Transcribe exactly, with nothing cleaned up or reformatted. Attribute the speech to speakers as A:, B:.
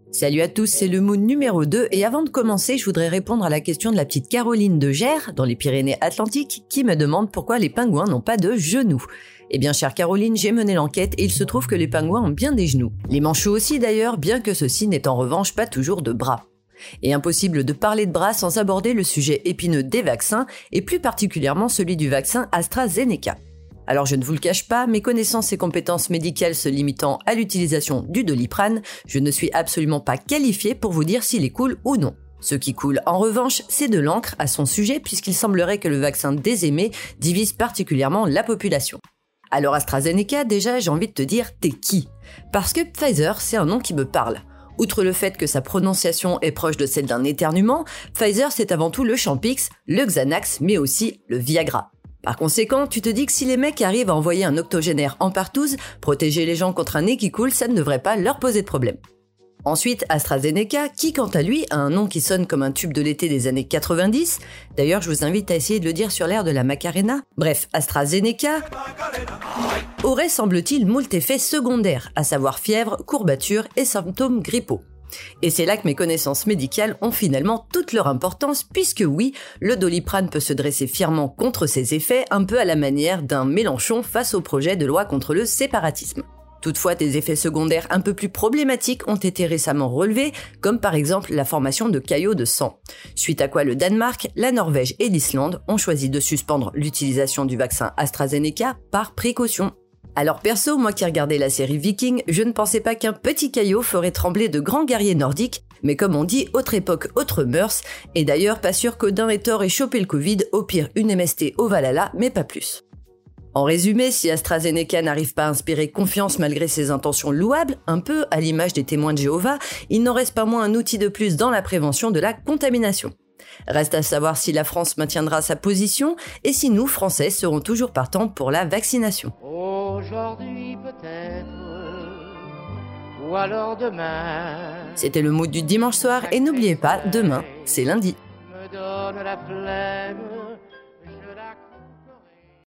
A: Salut à tous, c'est le mood numéro deux et avant de commencer, je voudrais répondre à la question de la petite Caroline de Gers, dans les Pyrénées-Atlantiques, qui me demande pourquoi les pingouins n'ont pas de genoux. Eh bien, chère Caroline, j'ai mené l'enquête et il se trouve que les pingouins ont bien des genoux. Les manchots aussi d'ailleurs, bien que ceux-ci n'aient en revanche pas toujours de bras. Et impossible de parler de bras sans aborder le sujet épineux des vaccins, et plus particulièrement celui du vaccin AstraZeneca. Alors je ne vous le cache pas, mes connaissances et compétences médicales se limitant à l'utilisation du Doliprane, je ne suis absolument pas qualifiée pour vous dire s'il est cool ou non. Ce qui coule en revanche, c'est de l'encre à son sujet puisqu'il semblerait que le vaccin désaimé divise particulièrement la population. Alors AstraZeneca, déjà j'ai envie de te dire, t'es qui ? Parce que Pfizer, c'est un nom qui me parle. Outre le fait que sa prononciation est proche de celle d'un éternuement, Pfizer c'est avant tout le Champix, le Xanax, mais aussi le Viagra. Par conséquent, tu te dis que si les mecs arrivent à envoyer un octogénaire en partouze, protéger les gens contre un nez qui coule, ça ne devrait pas leur poser de problème. Ensuite, AstraZeneca, qui quant à lui a un nom qui sonne comme un tube de l'été des années quatre-vingt-dix. D'ailleurs, je vous invite à essayer de le dire sur l'air de la Macarena. Bref, AstraZeneca aurait, semble-t-il, moult effets secondaires, à savoir fièvre, courbature et symptômes grippaux. Et c'est là que mes connaissances médicales ont finalement toute leur importance puisque oui, le Doliprane peut se dresser fièrement contre ses effets, un peu à la manière d'un Mélenchon face au projet de loi contre le séparatisme. Toutefois, des effets secondaires un peu plus problématiques ont été récemment relevés, comme par exemple la formation de caillots de sang. Suite à quoi le Danemark, la Norvège et l'Islande ont choisi de suspendre l'utilisation du vaccin AstraZeneca par précaution. Alors perso, moi qui regardais la série Viking, je ne pensais pas qu'un petit caillot ferait trembler de grands guerriers nordiques, mais comme on dit, autre époque, autre mœurs, et d'ailleurs pas sûr qu'Odin et Thor aient chopé le Covid, au pire une M S T au Valhalla, mais pas plus. En résumé, si AstraZeneca n'arrive pas à inspirer confiance malgré ses intentions louables, un peu à l'image des témoins de Jéhovah, il n'en reste pas moins un outil de plus dans la prévention de la contamination. Reste à savoir si la France maintiendra sa position et si nous, Français, serons toujours partants pour la vaccination.
B: Aujourd'hui peut-être, ou alors demain.
A: C'était le mood du dimanche soir et n'oubliez pas, demain, c'est lundi.
B: Me donne la flemme.